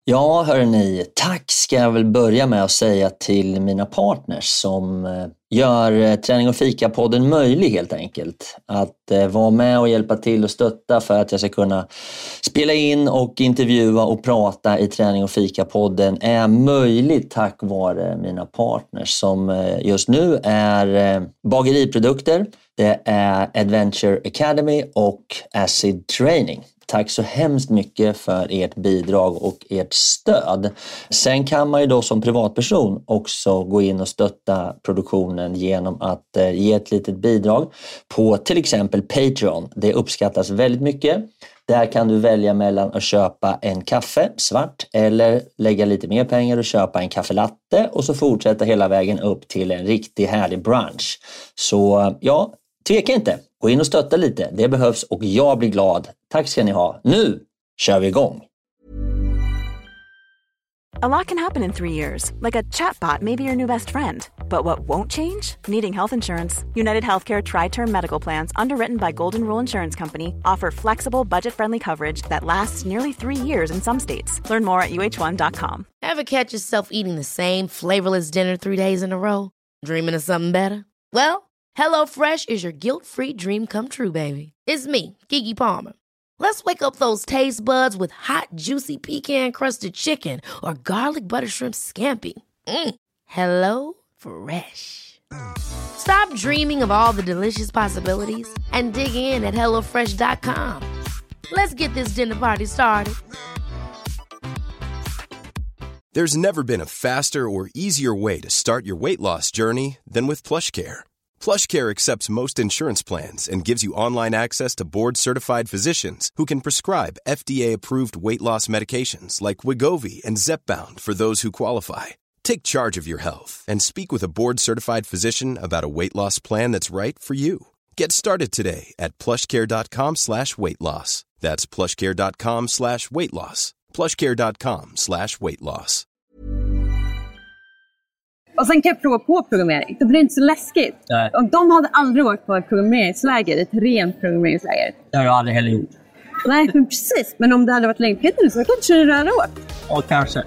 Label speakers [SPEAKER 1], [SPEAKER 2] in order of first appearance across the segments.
[SPEAKER 1] Ja, hörni, tack ska jag väl börja med att säga till mina partners som gör Träning och Fika-podden möjlig helt enkelt. Att vara med och hjälpa till och stötta för att jag ska kunna spela in och intervjua och prata i Träning och Fika-podden är möjligt tack vare mina partners som just nu är bageriprodukter, det är Adventure Academy och Acid Training. Tack så hemskt mycket för ert bidrag och ert stöd. Sen kan man ju då som privatperson också gå in och stötta produktionen genom att ge ett litet bidrag på till exempel Patreon. Det uppskattas väldigt mycket. Där kan du välja mellan att köpa en kaffe svart eller lägga lite mer pengar och köpa en kaffelatte och så fortsätta hela vägen upp till en riktigt härlig brunch. Så ja, tveka inte. Gå in och stötta lite. Det behövs och jag blir glad. Tack ska ni ha. Nu kör vi igång.
[SPEAKER 2] A lot can happen in 3 years. Like a chatbot may be your new best friend. But what won't change? Needing health insurance. United Healthcare Tri-Term Medical Plans, underwritten by Golden Rule Insurance Company, offer flexible, budget-friendly coverage that lasts nearly 3 years in some states. Learn more at uh1.com.
[SPEAKER 3] Ever catch yourself eating the same flavorless dinner 3 days in a row? Dreaming of something better? Well, HelloFresh is your guilt-free dream come true, baby. It's me, Keke Palmer. Let's wake up those taste buds with hot, juicy pecan-crusted chicken or garlic butter shrimp scampi. Hello Fresh. Stop dreaming of all the delicious possibilities and dig in at HelloFresh.com. Let's get this dinner party started.
[SPEAKER 4] There's never been a faster or easier way to start your weight loss journey than with PlushCare. PlushCare accepts most insurance plans and gives you online access to board-certified physicians who can prescribe FDA-approved weight loss medications like Wegovy and Zepbound for those who qualify. Take charge of your health and speak with a board-certified physician about a weight loss plan that's right for you. Get started today at plushcare.com/weightloss. That's plushcare.com/weightloss. plushcare.com/weightloss.
[SPEAKER 5] Och sen kan jag prova på programmering. Det blir inte så läskigt.
[SPEAKER 1] Nej.
[SPEAKER 5] Och de hade aldrig varit på ett programmeringsläger, ett rent programmeringsläger.
[SPEAKER 1] Det har jag aldrig heller gjort.
[SPEAKER 5] Nej, men precis. Men om det hade varit längdskidor så kanske det rör åt.
[SPEAKER 1] Ja, kanske.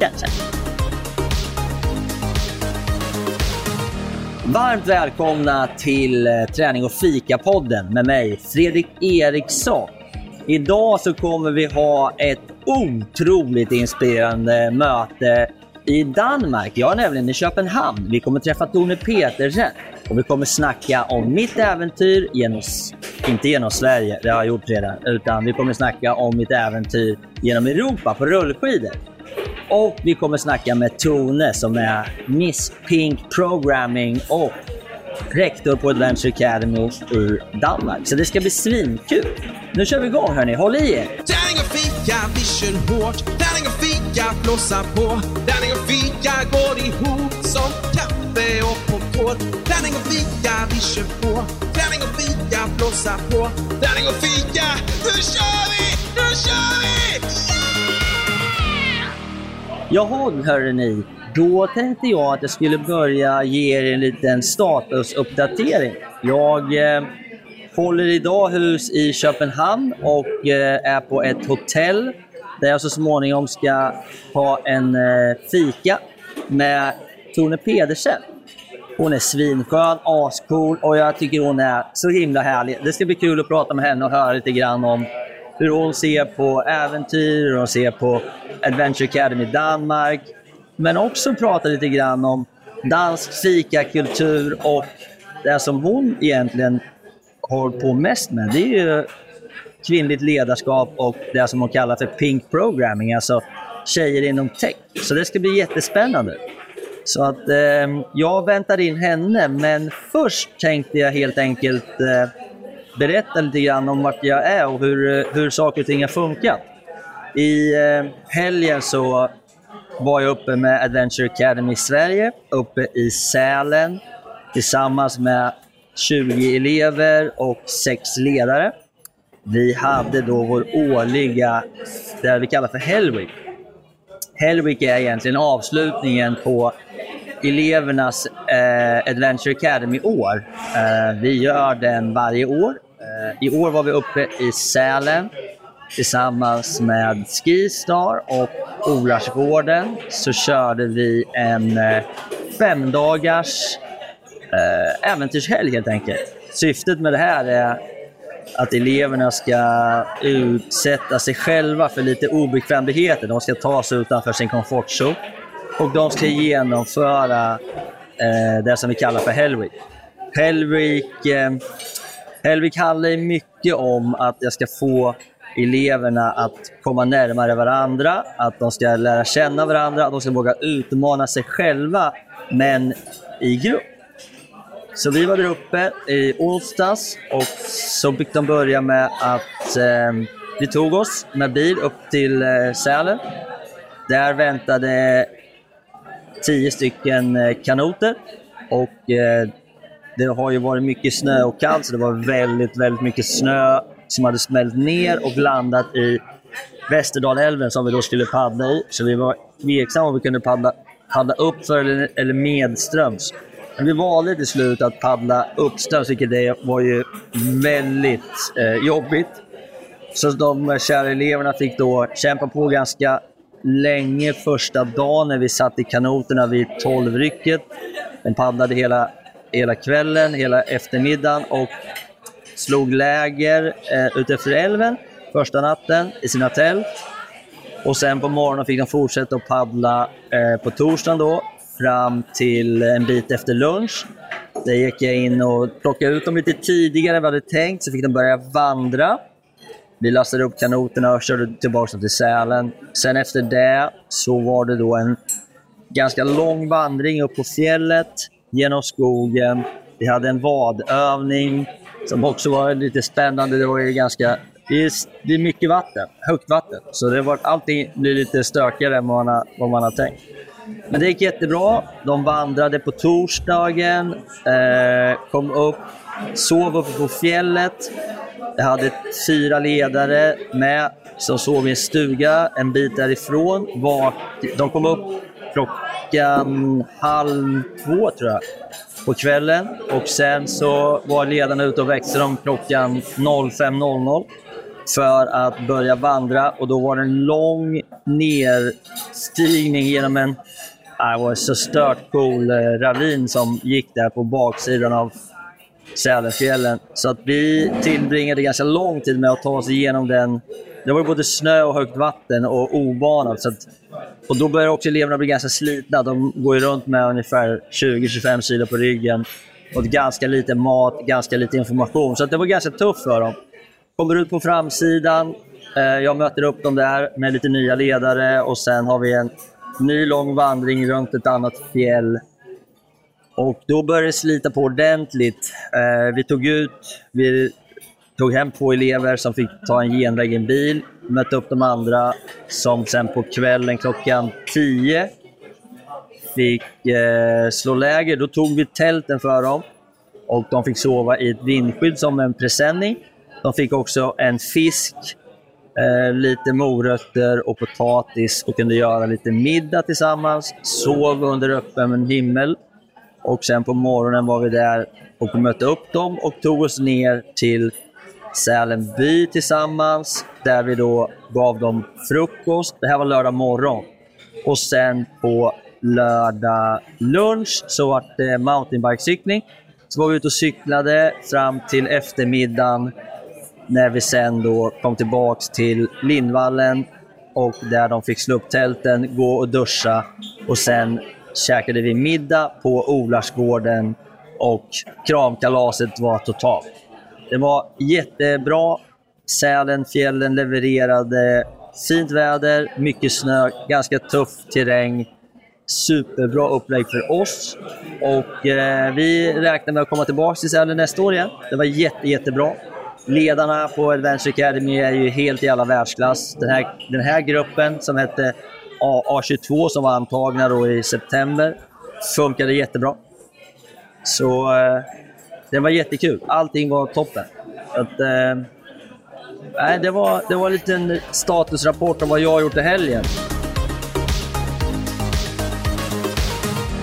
[SPEAKER 1] Varmt välkomna till Träning och Fika-podden med mig, Fredrik Eriksson. Idag så kommer vi ha ett otroligt inspirerande möte i Danmark. Jag är nämligen i Köpenhamn. Vi kommer träffa Tone Petersen och vi kommer snacka om mitt äventyr inte genom Sverige, det har jag gjort redan, utan vi kommer snacka om mitt äventyr genom Europa på rullskidor. Och vi kommer snacka med Tone som är Miss Pink Programming och rektor på Adventure Academy i Danmark. Så det ska bli svinkul. Nu kör vi igång hörni, håll i er!
[SPEAKER 6] Träning och fika, vi kör hårt. Träning och fika, blåsa på. Träning och fika går ihop som kaffe och popcorn. Träning och fika, vi kör på. Träning och fika, blåsa på. Träning och fika, nu kör vi! Nu kör vi!
[SPEAKER 1] Jaha hörni, då tänkte jag att jag skulle börja ge er en liten statusuppdatering. Jag håller idag hus i Köpenhamn och är på ett hotell där jag så småningom ska ha en fika med Tone Pedersen. Hon är svinskön, ascool och jag tycker hon är så himla härlig. Det ska bli kul att prata med henne och höra lite grann om hur hon ser på äventyr, hur hon ser på Adventure Academy Danmark. Men också prata lite grann om dansk fikakultur och det som hon egentligen har på mest med. Det är ju kvinnligt ledarskap och det som hon kallar för pink programming, alltså tjejer inom tech. Så det ska bli jättespännande. Så att jag väntar in henne, men först tänkte jag helt enkelt berätta lite grann om vart jag är och hur saker och ting har funkat. I helgen så var jag uppe med Adventure Academy i Sverige, uppe i Sälen tillsammans med 20 elever och 6 ledare. Vi hade då vår årliga, det vi kallar för Hell Week. Hell Week är egentligen avslutningen på elevernas Adventure Academy-år. Vi gör den varje år. I år var vi uppe i Sälen tillsammans med Skistar och Olarsgården så körde vi en 5 dagars äventyrshelg helt enkelt. Syftet med det här är att eleverna ska utsätta sig själva för lite obekvämligheter. De ska ta sig utanför sin komfortzon och de ska genomföra det som vi kallar för Hellweek. Hellweek handlar mycket om att jag ska få eleverna att komma närmare varandra, att de ska lära känna varandra, att de ska våga utmana sig själva, men i grupp. Så vi var där uppe i onsdags och så fick de börja med att vi tog oss med bil upp till Sälen. Där väntade 10 stycken kanoter och det har ju varit mycket snö och kallt, så det var väldigt, väldigt mycket snö som hade smält ner och landat i Västerdalälven som vi då skulle paddla i. Så vi var tveksamma om vi kunde paddla upp för eller medströms. Men vi valde till slut att paddla uppströms, vilket det var ju väldigt jobbigt. Så de kära eleverna fick då kämpa på ganska länge första dagen när vi satt i kanoterna vid 12-rycket. Den paddlade hela kvällen, hela eftermiddagen och slog läger utefter älven första natten i sina tält. Och sen på morgonen fick de fortsätta att paddla på torsdagen då fram till en bit efter lunch. Där gick jag in och plockade ut dem lite tidigare än vad jag hade tänkt, så fick de börja vandra. Vi lastade upp kanoterna och körde tillbaka till Sälen. Sen efter det så var det då en ganska lång vandring upp på fjället genom skogen. Vi hade en vadövning som också var lite spännande. Det var ju det är mycket vatten, högt vatten. Så allting blir lite stökigare än vad man har tänkt. Men det gick jättebra. De vandrade på torsdagen, kom upp, sov uppe på fjället. Jag hade 4 ledare med som sov i en stuga en bit därifrån. De kom upp klockan 1:30 tror jag på kvällen. Och sen så var ledarna ute och växte dem klockan 05:00 för att börja vandra. Och då var det en lång nedstigning genom en så stört cool ravin som gick där på baksidan av Sälenfjällen. Så att vi tillbringade ganska lång tid med att ta oss igenom den. Det var både snö och högt vatten och obanat. Och då börjar också eleverna bli ganska slitna. De går ju runt med ungefär 20-25 kilo på ryggen. Och ganska lite mat, ganska lite information. Så att det var ganska tufft för dem. Kommer ut på framsidan. Jag möter upp dem där med lite nya ledare. Och sen har vi en ny lång vandring runt ett annat fjäll. Och då började det slita på ordentligt. Vi tog hem 2 elever som fick ta en genväg i en bil. Mötte upp de andra som sen på kvällen klockan 10 fick slå läger. Då tog vi tälten för dem. Och de fick sova i ett vindskydd som en presenning. De fick också en fisk, lite morötter och potatis och kunde göra lite middag tillsammans. Sov under öppen himmel. Och sen på morgonen var vi där och mötte upp dem och tog oss ner till Sälenby tillsammans. Där vi då gav dem frukost. Det här var lördag morgon. Och sen på lördag lunch så var det mountainbike-cykling. Så var vi ute och cyklade fram till eftermiddagen. När vi sen då kom tillbaks till Lindvallen. Och där de fick slå upp tälten, gå och duscha. Och sen käkade vi middag på Olarsgården och kramkalaset var totalt. Det var jättebra. Sälenfjällen levererade fint väder, mycket snö, ganska tuff terräng. Superbra upplägg för oss. Och vi räknar med att komma tillbaka till Sälen nästa år igen. Det var jättebra. Ledarna på Adventure Academy är ju helt i alla världsklass. Den här gruppen som hette A22 som var antagna då i september funkade jättebra. Så det var jättekul. Allting var toppen. Det var en liten statusrapport om vad jag har gjort i helgen.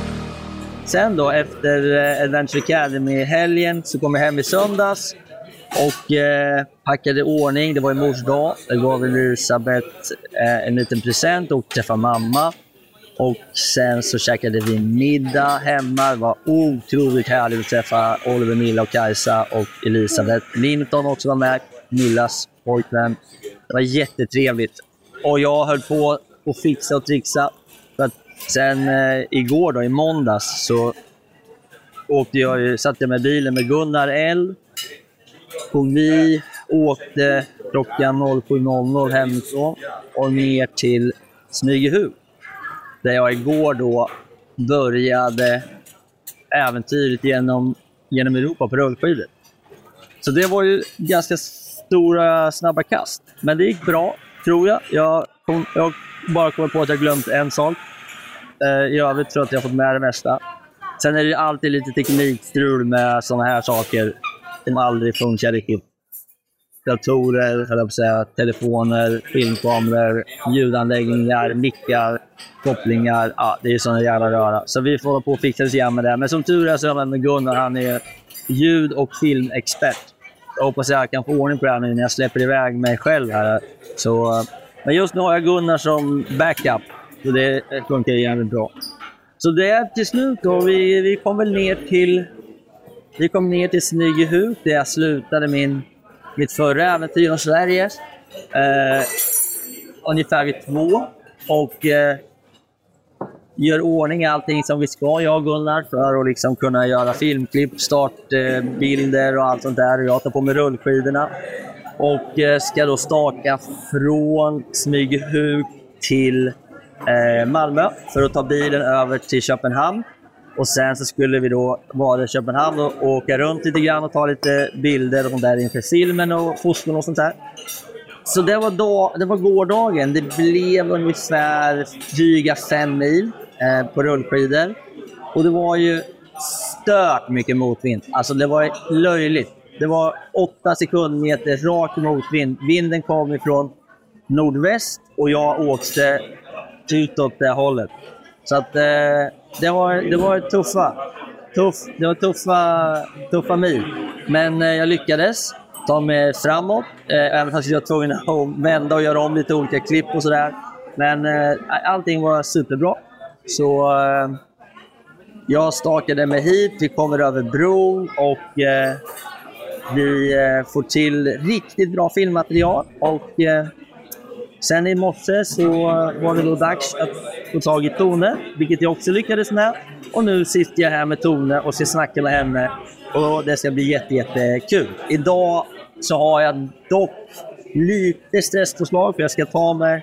[SPEAKER 1] Sen då efter Adventure Academy-helgen så kom jag hem i söndags. Och packade i ordning. Det var en mors dag. Jag gav Elisabeth en liten present och träffade mamma. Och sen så käkade vi middag hemma. Det var otroligt härligt att träffa Oliver, Milla och Kajsa och Elisabeth. Linton också var med, Millas pojkvän. Det var jättetrevligt. Och jag höll på att fixa och trixa. För att sen igår då, i måndags, så satt jag med bilen med Gunnar L. Och vi åkte klockan 07.00 hemifrån och ner till Smygehuk. Där jag igår då började äventyret genom Europa på rullskidor. Så det var ju ganska stora, snabba kast. Men det gick bra, tror jag. Jag bara kommer på att jag glömt en sak. I övrigt tror jag att jag har fått med det mesta. Sen är det alltid lite teknikstrul med sådana här saker som aldrig funkar riktigt. Datorer, telefoner, filmkameror, ljudanläggningar, mickar, kopplingar. Ja, det är sådana jävla röra. Så vi får på att fixa det igen med det. Men som tur är så är jag med Gunnar. Han är ljud- och filmexpert. Jag hoppas jag kan få ordning på det här nu när jag släpper iväg mig själv här. Så, men just nu har jag Gunnar som backup. Så det funkar jävligt bra. Så det är till slut då. Vi kom väl ner till Smygehuk där jag slutade mitt förra äventyr om Sverige. Ungefär vid 2. Och gör ordning allting som vi ska, jag och Gunnar, för att liksom kunna göra filmklipp, startbilder och allt sånt där. Jag tar på mig rullskidorna och ska då starta från Smygehuk till Malmö för att ta bilen över till Köpenhamn. Och sen så skulle vi då vara i Köpenhamn och åka runt lite grann och ta lite bilder och sånt där inför filmen och foton och sånt där. Så det var gårdagen. Det blev ungefär dryga 5 mil på rullskidor. Och det var ju stört mycket motvind. Alltså det var löjligt. Det var 8 sekundmeter rak motvind. Vinden kom ifrån nordväst och jag åkte utåt det hållet. Så att det var tuffa mil. Men jag lyckades ta mig framåt. Även fast jag var tvungen att vända och göra om lite olika klipp och sådär. Men allting var superbra. Så jag stakade mig hit. Vi kommer över bron och vi får till riktigt bra filmmaterial. Och sen i morse så var det då dags att få tag i Tone, vilket jag också lyckades med. Och nu sitter jag här med Tone och ska snacka med henne. Och det ska bli jättekul. Idag så har jag dock lite stresspåslag för jag ska ta mig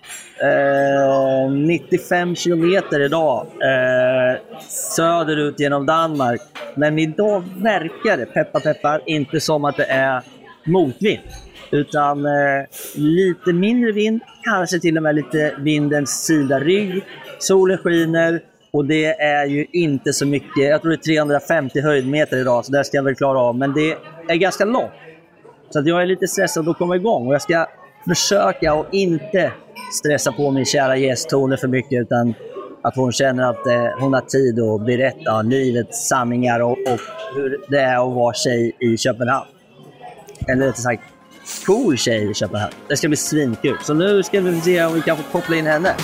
[SPEAKER 1] 95 kilometer idag söderut genom Danmark. Men idag verkar det, peppar, inte som att det är motvind. Utan lite mindre vind, kanske till och med lite vindens sida rygg. Solen skiner och det är ju inte så mycket. Jag tror det är 350 höjdmeter idag, så där ska jag väl klara av. Men det är ganska långt. Så att jag är lite stressad att komma igång. Och jag ska försöka att inte stressa på min kära gäst Tone för mycket. Utan att hon känner att hon har tid att berätta livets sanningar och hur det är att vara tjej i Köpenhamn. Eller rättare sagt, cool tjej i Köpenhamn. Det ska bli svinkul. Så nu ska vi se om vi kan få koppla in henne.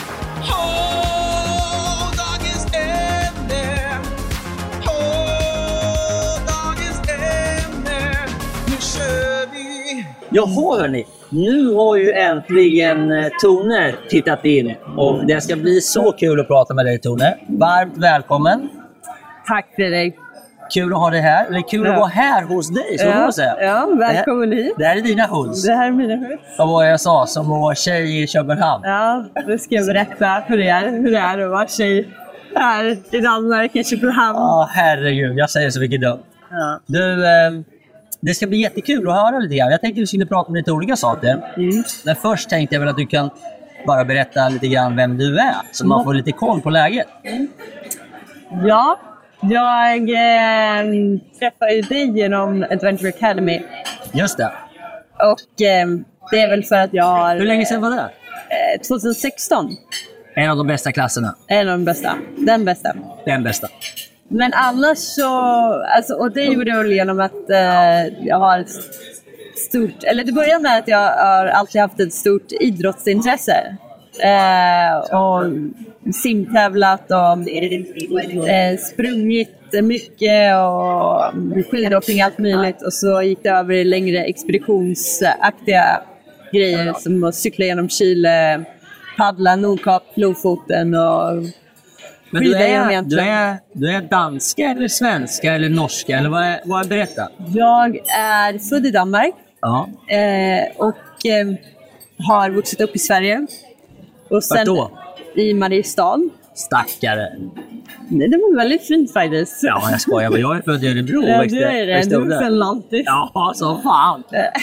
[SPEAKER 1] Jaha hörni, nu har ju äntligen Tone tittat in och det ska bli så kul att prata med dig Tone. Varmt välkommen.
[SPEAKER 5] Tack Fredrik.
[SPEAKER 1] Kul att ha dig här. Det är kul att vara här hos dig, så man säga.
[SPEAKER 5] Ja, välkommen hit.
[SPEAKER 1] Det här är dina hus.
[SPEAKER 5] Det här är mina hus.
[SPEAKER 1] Och vad jag sa, som att vara tjej i Köpenhamn.
[SPEAKER 5] Ja, nu ska jag berätta för er hur det är att vara tjej här i Danmark i Köpenhamn.
[SPEAKER 1] Ja, herregud. Jag säger så mycket dumt.
[SPEAKER 5] Ja.
[SPEAKER 1] Du, det ska bli jättekul att höra lite grann. Jag tänkte att vi skulle prata om lite olika saker. Men först tänkte jag väl att du kan bara berätta lite grann vem du är. Så man får lite koll på läget.
[SPEAKER 5] Ja, jag träffade dig genom Adventure Academy.
[SPEAKER 1] Just det.
[SPEAKER 5] Och det är väl för att jag har...
[SPEAKER 1] Hur länge sedan var det?
[SPEAKER 5] 2016.
[SPEAKER 1] En av de bästa klasserna.
[SPEAKER 5] En av de bästa. Den bästa.
[SPEAKER 1] Den bästa.
[SPEAKER 5] Men annars så... Alltså, och det gjorde jag genom att jag har stort, eller det började med att jag har alltid haft ett stort idrottsintresse. Och simtävlat och sprungit mycket och skidåkning, allt möjligt. Och så gick det över i längre expeditionsaktiga grejer som att cykla genom Chile, paddla Nordkap, Lofoten och...
[SPEAKER 1] Men du är danska eller svenska eller norska eller vad är berätta?
[SPEAKER 5] Jag är född i Danmark och har vuxit upp i Sverige. Och sen
[SPEAKER 1] då?
[SPEAKER 5] I Mariestad.
[SPEAKER 1] Stackare.
[SPEAKER 5] Nej, det var väldigt fint faktiskt.
[SPEAKER 1] Ja, jag skojar. Jag är född i Örebro.
[SPEAKER 5] Ja, du är det. Du är en lantis.
[SPEAKER 1] Ja, så fan.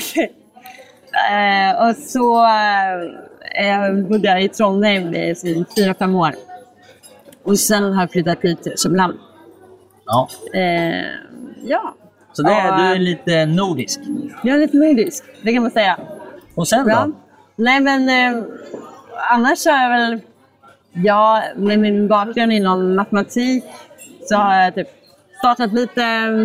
[SPEAKER 5] Och så bodde jag i Trondheim i 4-5 år. Och sen har jag flyttat hit till Köpenhamn.
[SPEAKER 1] Ja.
[SPEAKER 5] Ja.
[SPEAKER 1] Så du är lite nordisk?
[SPEAKER 5] Jag är lite nordisk, det kan man säga.
[SPEAKER 1] Och sen då?
[SPEAKER 5] Nej, men annars har jag väl... Ja, med min bakgrund inom matematik så har jag typ startat lite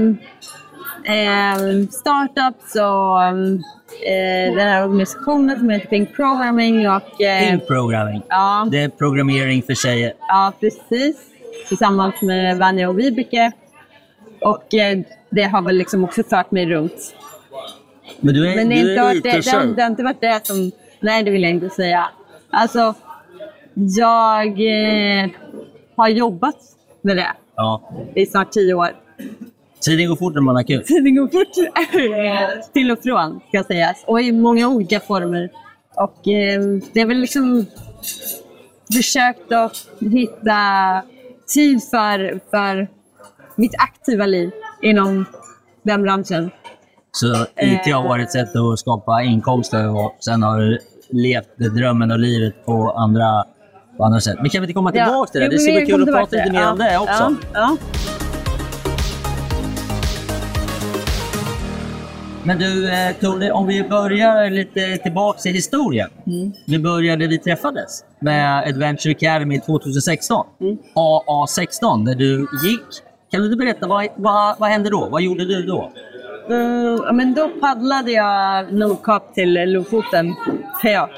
[SPEAKER 5] startups och den här organisationen som heter Pink Programming. Och,
[SPEAKER 1] Pink Programming?
[SPEAKER 5] Ja.
[SPEAKER 1] Det är programmering för tjejer?
[SPEAKER 5] Ja, precis. Tillsammans med Vanja och Vibeke. Och det har väl liksom också fört mig runt.
[SPEAKER 1] Men du är
[SPEAKER 5] det har inte varit det som... Nej, det vill jag inte säga. Alltså, jag har jobbat med det i snart 10 år.
[SPEAKER 1] Tiden går fort när man har kul.
[SPEAKER 5] Tiden går fort till och från, ska sägas. Och i många olika former. Och det är väl liksom försökt att hitta tid för mitt aktiva liv inom den branschen.
[SPEAKER 1] Så IT har varit ett sätt att skapa inkomster och sen har du levt drömmen och livet på andra sätt. Men kan vi inte komma tillbaka till det? Det ska bli kul att prata lite mer om det också.
[SPEAKER 5] Ja.
[SPEAKER 1] Men du, Tulle, om vi börjar lite tillbaka i historien. Vi började, vi träffades med Adventure Academy 2016. AA16, där du gick. Kan du berätta, vad hände då? Vad gjorde du då?
[SPEAKER 5] Men då paddlade jag Nordkap till Lofoten. Kajak.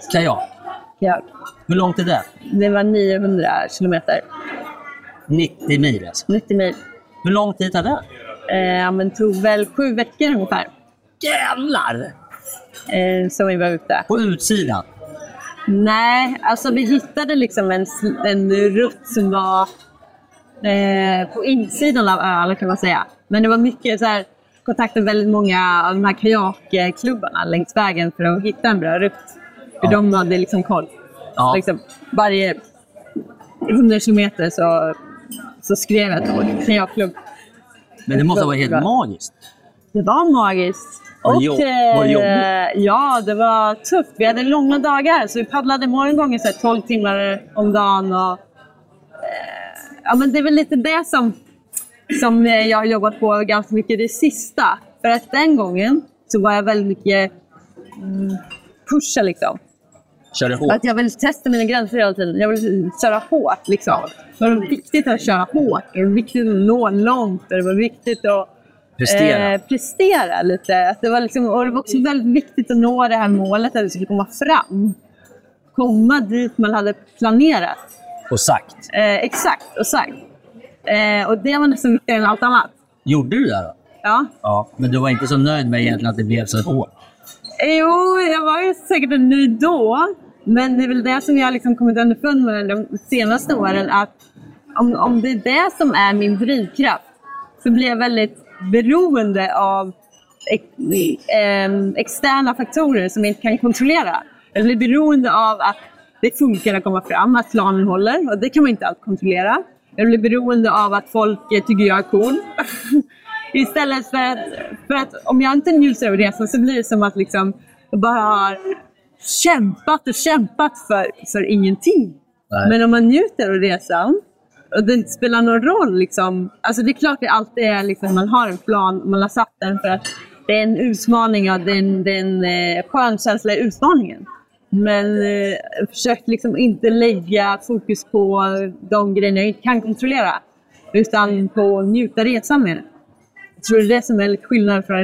[SPEAKER 1] Hur långt är det?
[SPEAKER 5] Det var 900 kilometer.
[SPEAKER 1] 90 mil alltså.
[SPEAKER 5] 90 mil.
[SPEAKER 1] Hur lång tid tar det?
[SPEAKER 5] Men tog väl 7 veckor ungefär.
[SPEAKER 1] Jävlar!
[SPEAKER 5] Så vi var ute.
[SPEAKER 1] På utsidan?
[SPEAKER 5] Nej, alltså vi hittade liksom en rutt som var på insidan av öarna, kan man säga. Men det var mycket så här, kontaktade väldigt många av de här kajakklubbarna längs vägen för att hitta en bra rutt. För de hade liksom koll.
[SPEAKER 1] Ja.
[SPEAKER 5] Liksom, varje 100 kilometer så skrev jag till vår kajakklubb.
[SPEAKER 1] Men det måste ha varit helt magiskt.
[SPEAKER 5] Det var magiskt.
[SPEAKER 1] Var det jobbigt?
[SPEAKER 5] Ja, det var tufft. Vi hade långa dagar, så vi paddlade många gånger så här 12 timmar om dagen. Och, men det är väl lite det som jag har jobbat på ganska mycket det sista. För att den gången så var jag väldigt mycket pusha liksom.
[SPEAKER 1] Körde hårt?
[SPEAKER 5] För att jag vill testa mina gränser hela tiden. Jag vill köra hårt liksom. Det var viktigt att köra hårt. Det var viktigt att nå långt. Det var viktigt att prestera lite. Att det var liksom, och det var också väldigt viktigt att nå det här målet. Att vi skulle komma fram. Komma dit man hade planerat.
[SPEAKER 1] Och sagt.
[SPEAKER 5] Exakt, och sagt. Och det var nästan viktigare än allt annat.
[SPEAKER 1] Gjorde du det då?
[SPEAKER 5] Ja.
[SPEAKER 1] Men du var inte så nöjd med egentligen att det blev så hårt?
[SPEAKER 5] Jo, jag var ju säkert nöjd då. Men det är väl det som jag liksom kommit underfund med de senaste åren. Att om det är det som är min drivkraft, så blir jag väldigt beroende av externa faktorer som jag inte kan kontrollera. Jag blir beroende av att det funkar att komma fram, att planen håller. Och det kan man inte alltid kontrollera. Jag blir beroende av att folk tycker jag är cool. Istället för att om jag inte njuter av resan, så blir det som att liksom, jag bara har kämpat för ingenting. Nej. Men om man njuter av resan, och det spelar någon roll liksom, alltså det är klart det alltid är liksom, man har en plan, man har satt den för att det är en utmaning, och det är en skön känsla i utmaningen. Men försök liksom inte lägga fokus på de grejerna jag inte kan kontrollera, utan på att njuta resan med. Jag tror det är det som är lite skillnad från idag.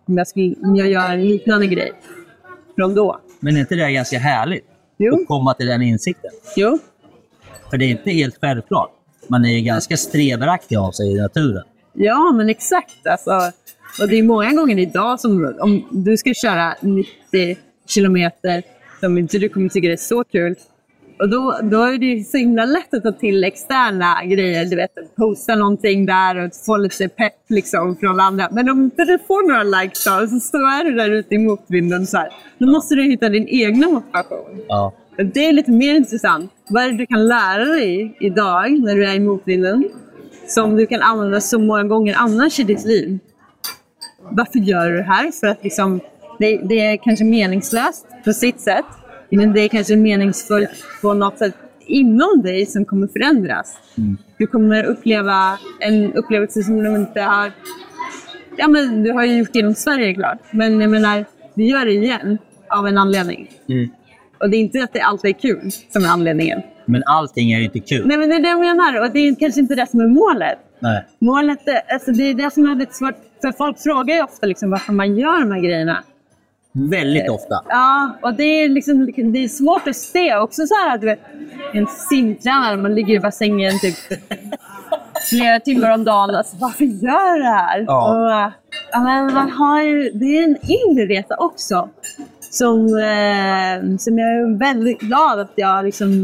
[SPEAKER 5] om jag gör en liknande grej från då.
[SPEAKER 1] Men är inte det ganska härligt?
[SPEAKER 5] Jo.
[SPEAKER 1] Att komma till den insikten?
[SPEAKER 5] Jo.
[SPEAKER 1] För det är inte helt självklart. Man är ju ganska strävaraktig av sig i naturen.
[SPEAKER 5] Ja, men exakt. Alltså, och det är många gånger idag som om du ska köra 90 kilometer som inte du kommer tycka det är så kul. Och då är det så himla lätt att ta till externa grejer. Du vet, posta någonting där och få lite pepp liksom från andra. Men om inte du får några likes då, så står du där ute i motvinden så här. Då måste du hitta din egna motivation.
[SPEAKER 1] Ja.
[SPEAKER 5] Det är lite mer intressant. Vad är det du kan lära dig idag när du är i motvinden som du kan använda så många gånger annars i ditt liv? Varför gör du det här? För att liksom, det är kanske meningslöst på sitt sätt. Men det är kanske meningsfullt på något sätt inom dig som kommer förändras. Du kommer uppleva en upplevelse som du inte har... Ja, men du har ju gjort det inom Sverige, klart. Men jag menar, du gör det igen av en anledning. Och det är inte att det alltid är kul som är anledningen.
[SPEAKER 1] Men allting är ju inte kul.
[SPEAKER 5] Nej, men det är det jag menar. Och det är kanske inte det som är målet.
[SPEAKER 1] Nej.
[SPEAKER 5] Målet är, alltså det är det som är lite svårt. För folk frågar ju ofta liksom varför man gör de här grejerna.
[SPEAKER 1] Väldigt ofta.
[SPEAKER 5] Ja, och det är, liksom, det är svårt att se. Också så här att du vet, en simtränare, man ligger i bassängen typ flera timmar om dagen. Alltså, varför gör det här?
[SPEAKER 1] Ja.
[SPEAKER 5] Och, ja, men man har ju, det är en inre resa också. Som jag är väldigt glad att jag liksom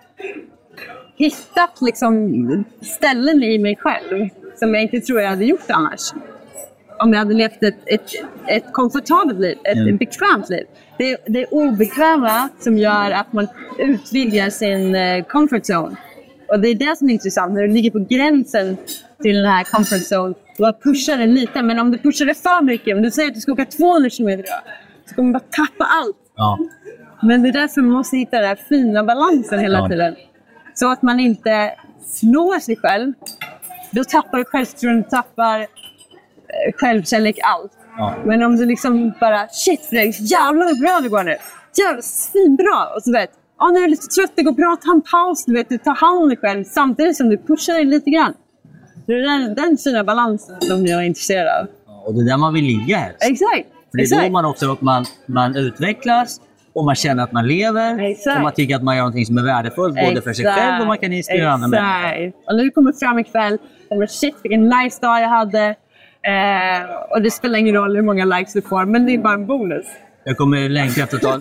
[SPEAKER 5] hittat liksom ställen i mig själv som jag inte tror jag hade gjort annars. Om jag hade levt ett komfortabelt liv, ett bekvämt liv. Det är obekväma som gör att man utvidgar sin comfort zone. Och det är det som är intressant. När du ligger på gränsen till den här comfort zone, då pushar det lite. Men om du pushar det för mycket, om du säger att du ska åka 200 km, så kommer du bara tappa allt. Ja. Men det är därför man måste hitta den här fina balansen hela tiden. Så att man inte slår sig själv. Då tappar du självförtroende, tappar självkärlek, allt. Ja. Men om du liksom bara, shit Fredrik, jävlar bra det går nu. Jävlar, svinbra. Och så vet, nu är jag lite trött, det går bra, ta en paus, du vet, du tar hand om dig själv. Samtidigt som du pushar dig lite grann. Det är den fina balansen som jag är intresserad av.
[SPEAKER 1] Och det är där man vill ligga här.
[SPEAKER 5] Exakt.
[SPEAKER 1] För det är då man också man utvecklas och man känner att man lever. Exakt. Och man tycker att man gör någonting som är värdefullt både för sig själv och man kan inspirera andra människor.
[SPEAKER 5] Och när du kommer fram ikväll, shit vilken nice dag jag hade. Och det spelar ingen roll hur många likes du får, men det är bara en bonus.
[SPEAKER 1] Jag kommer längta efter att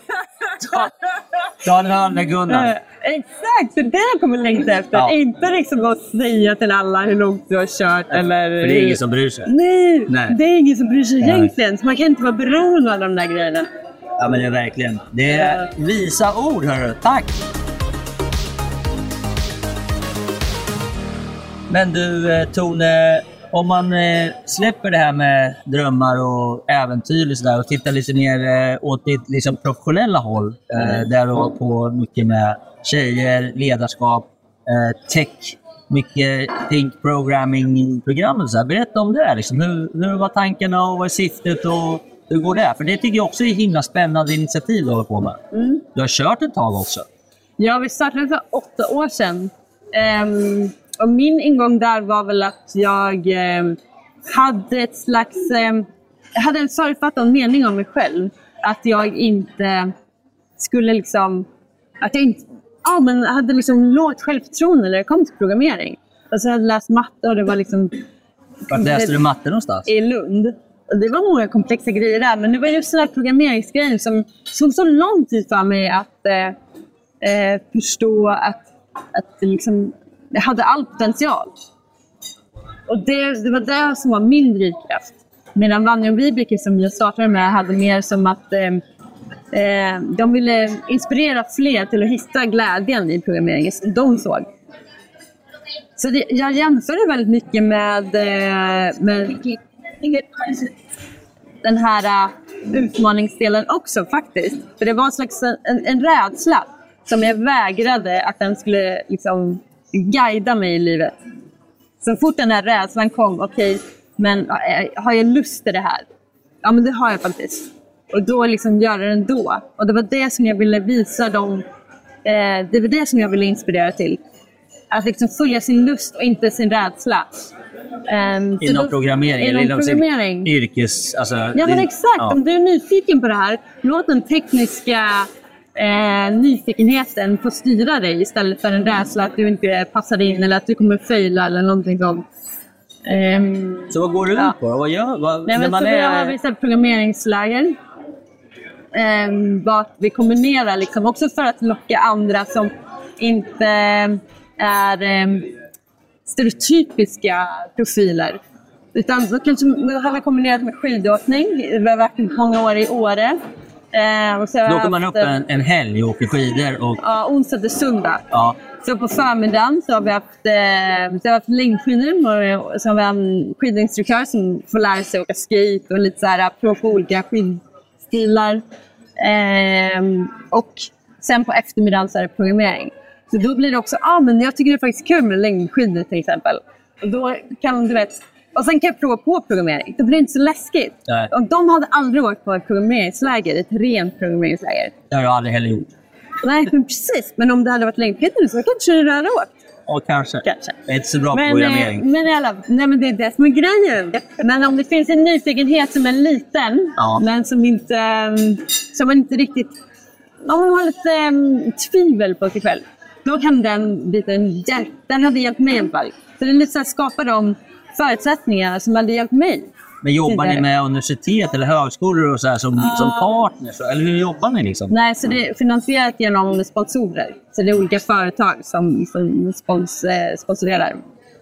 [SPEAKER 1] ta den andra Gunnar.
[SPEAKER 5] Exakt, för det jag kommer längta efter. Ja. Inte liksom att säga till alla hur långt du har kört. Eller...
[SPEAKER 1] För det är ingen som bryr sig.
[SPEAKER 5] Nej, det är ingen som bryr sig egentligen. Så man kan inte vara beroende av de där grejerna.
[SPEAKER 1] Ja, men det är verkligen. Det är visa ord, hörru. Tack! Men du, Tone, om man släpper det här med drömmar och äventyr och, sådär, och tittar lite mer åt ditt liksom professionella håll, där du har på mycket med tjejer, ledarskap, tech, mycket think programming-program och så här. Berätta om det. Liksom. Hur var tankarna och vad är syftet och hur går det? För det tycker jag också är himla spännande initiativ du håller på med. Du har kört ett tag också. Ja, vi startade för 8 år sedan. Och min ingång där var väl att jag hade ett slags... jag hade en förutfattad mening om mig själv. Att jag inte skulle liksom... Att jag inte... Ja, men jag hade liksom lågt självförtroende när det kom till programmering. Och så hade jag läst matte och det var liksom... Vart läste du matte någonstans? I Lund. Och det var många komplexa grejer där. Men det var just den här programmeringsgrejen som tog så lång tid för mig att förstå att liksom... Jag hade all potential. Och det var det som var min drivkraft. Medan Vanja och Vibeke som jag startade med hade mer som att de ville inspirera fler till att hitta glädjen i programmeringen som de såg. Så jag jämförde väldigt mycket med den här utmaningsdelen också faktiskt. För det var en slags en rädsla som jag vägrade att den skulle liksom guida mig i livet. Så fort den här rädslan kom, okej, men har jag lust till det här? Ja, men det har jag faktiskt. Och då liksom göra det ändå. Och det var det som jag ville visa dem. Det var det som jag ville inspirera till. Att liksom följa sin lust och inte sin rädsla. Inom programmering?
[SPEAKER 5] Inom
[SPEAKER 1] eller
[SPEAKER 5] programmering.
[SPEAKER 1] Yrkes... Alltså,
[SPEAKER 5] ja, men exakt. Ja. Om du är nyfiken på det här, låt den tekniska nyfikenheten få styra dig istället för en rädsla att du inte passar in eller att du kommer fejla eller någonting sånt.
[SPEAKER 1] Så vad går du ut på? Vad gör
[SPEAKER 5] Nej, men så vi har vissa programmeringsläger. Vad vi kombinerar liksom, också för att locka andra som inte är stereotypiska profiler. Utan då kanske har vi kombinerat med skidåkning. Vi har varit många år i Åre. Och så
[SPEAKER 1] då kommer man upp en helg och åker skidor. Och...
[SPEAKER 5] Ja, onsdag till söndag.
[SPEAKER 1] Ja.
[SPEAKER 5] Så på förmiddagen så har vi haft längdskidor och så har vi en skidinstruktör som får lära sig åka skate och lite så här prova på olika skidstilar. Och sen på eftermiddagen så är det programmering. Så då blir det också, men jag tycker det är faktiskt kul med längdskidor till exempel. Och då kan du vet, och sen kan jag prova på programmering. Då blir det inte så läskigt.
[SPEAKER 1] Nej.
[SPEAKER 5] Och de hade aldrig åkt på ett programmeringsläger, ett rent programmeringsläger.
[SPEAKER 1] Det har jag aldrig heller gjort.
[SPEAKER 5] Nej, men precis. Men om det hade varit längdskidor så kanske det hade åkt.
[SPEAKER 1] Ja, kanske. Jag är inte så bra på programmering.
[SPEAKER 5] Men det är det som är grejen. Men om det finns en nyfikenhet som är liten, men som man inte riktigt... Om man har lite tvivel på sig själv, då kan den biten... Den hade hjälpt mig i alla fall. Så det är lite så här, skapa de förutsättningar som hade hjälpt mig.
[SPEAKER 1] Men jobbar ni med universitet eller högskolor och så här, som partners? Eller hur jobbar ni liksom?
[SPEAKER 5] Nej, så det är finansierat genom sponsorer. Så det är olika företag som sponsorerar.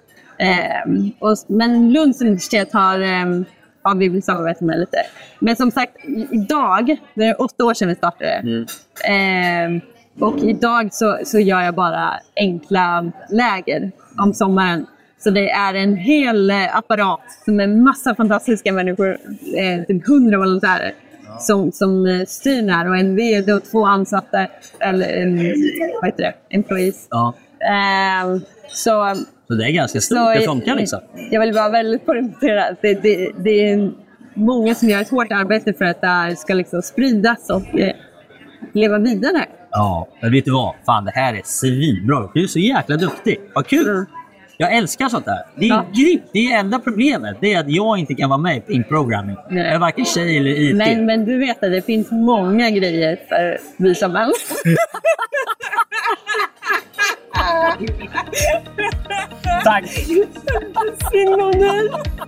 [SPEAKER 5] Men Lunds universitet har vi vill samarbeta med lite. Men som sagt, idag, det är 8 år sedan vi startade. Och idag så gör jag bara enkla läger om sommaren. Så det är en hel apparat som är massa fantastiska människor, typ 100 volontärer som styr här, och en vd och 2 ansatta, eller employees.
[SPEAKER 1] Ja. Så det är ganska stort, det funkar liksom. Jag
[SPEAKER 5] vill vara väldigt poängterad. Det är många som gör ett hårt arbete för att det här ska liksom spridas och leva vidare.
[SPEAKER 1] Ja, men vet du vad? Fan, det här är svinbra. Du är så jäkla duktig. Vad kul! Jag älskar sånt där. Det är grymt. Det är enda problemet. Det är att jag inte kan vara med i programming. Jag är varken tjej eller IT.
[SPEAKER 5] Men du vet att det finns många grejer för vi som män.
[SPEAKER 1] Tack.
[SPEAKER 5] Synd om dig.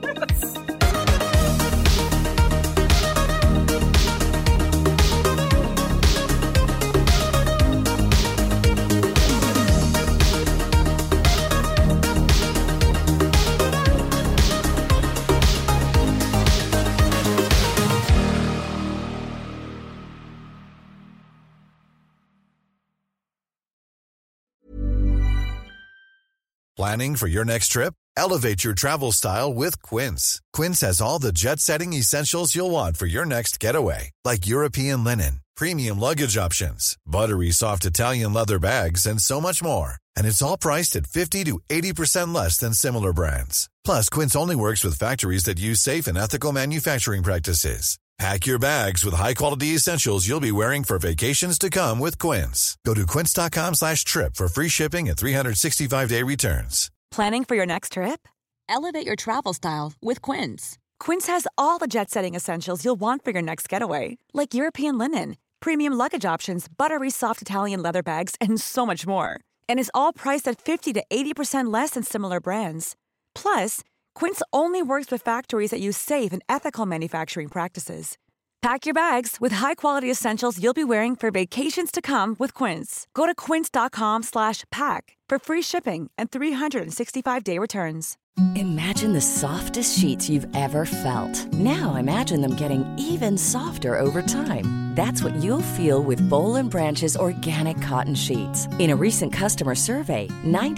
[SPEAKER 7] Planning for your next trip? Elevate your travel style with Quince. Quince has all the jet-setting essentials you'll want for your next getaway, like European linen, premium luggage options, buttery soft Italian leather bags, and so much more. And it's all priced at 50 to 80% less than similar brands. Plus, Quince only works with factories that use safe and ethical manufacturing practices. Pack your bags with high-quality essentials you'll be wearing for vacations to come with Quince. Go to quince.com/trip for free shipping and 365-day returns.
[SPEAKER 8] Planning for your next trip? Elevate your travel style with Quince. Quince has all the jet-setting essentials you'll want for your next getaway, like European linen, premium luggage options, buttery soft Italian leather bags, and so much more. And is all priced at 50 to 80% less than similar brands. Plus, Quince only works with factories that use safe and ethical manufacturing practices. Pack your bags with high-quality essentials you'll be wearing for vacations to come with Quince. Go to quince.com/pack for free shipping and 365-day returns.
[SPEAKER 9] Imagine the softest sheets you've ever felt. Now imagine them getting even softer over time. That's what you'll feel with Boll & Branch's organic cotton sheets. In a recent customer survey,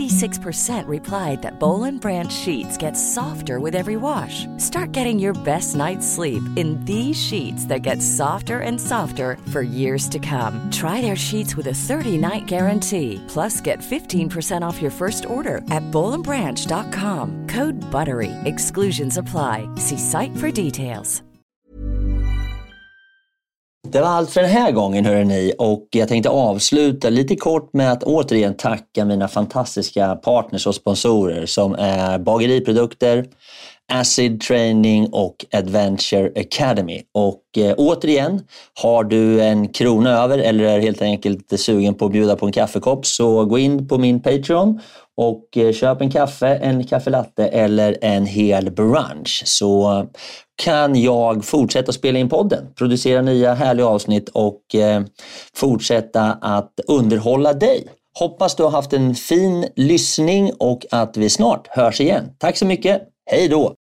[SPEAKER 9] 96% replied that Boll & Branch sheets get softer with every wash. Start getting your best night's sleep in these sheets that get softer and softer for years to come. Try their sheets with a 30-night guarantee. Plus, get 15% off your first order at bollandbranch.com. Code BUTTERY. Exclusions apply. See site for details.
[SPEAKER 1] Det var allt för den här gången, hörrni, och jag tänkte avsluta lite kort med att återigen tacka mina fantastiska partners och sponsorer som är Bageriprodukter, Acid Training och Adventure Academy. Och återigen, har du en krona över eller är helt enkelt sugen på att bjuda på en kaffekopp, så gå in på min Patreon och köp en kaffe, en kaffelatte eller en hel brunch, så kan jag fortsätta spela in podden, producera nya härliga avsnitt och fortsätta att underhålla dig. Hoppas du har haft en fin lyssning och att vi snart hörs igen. Tack så mycket, hej då!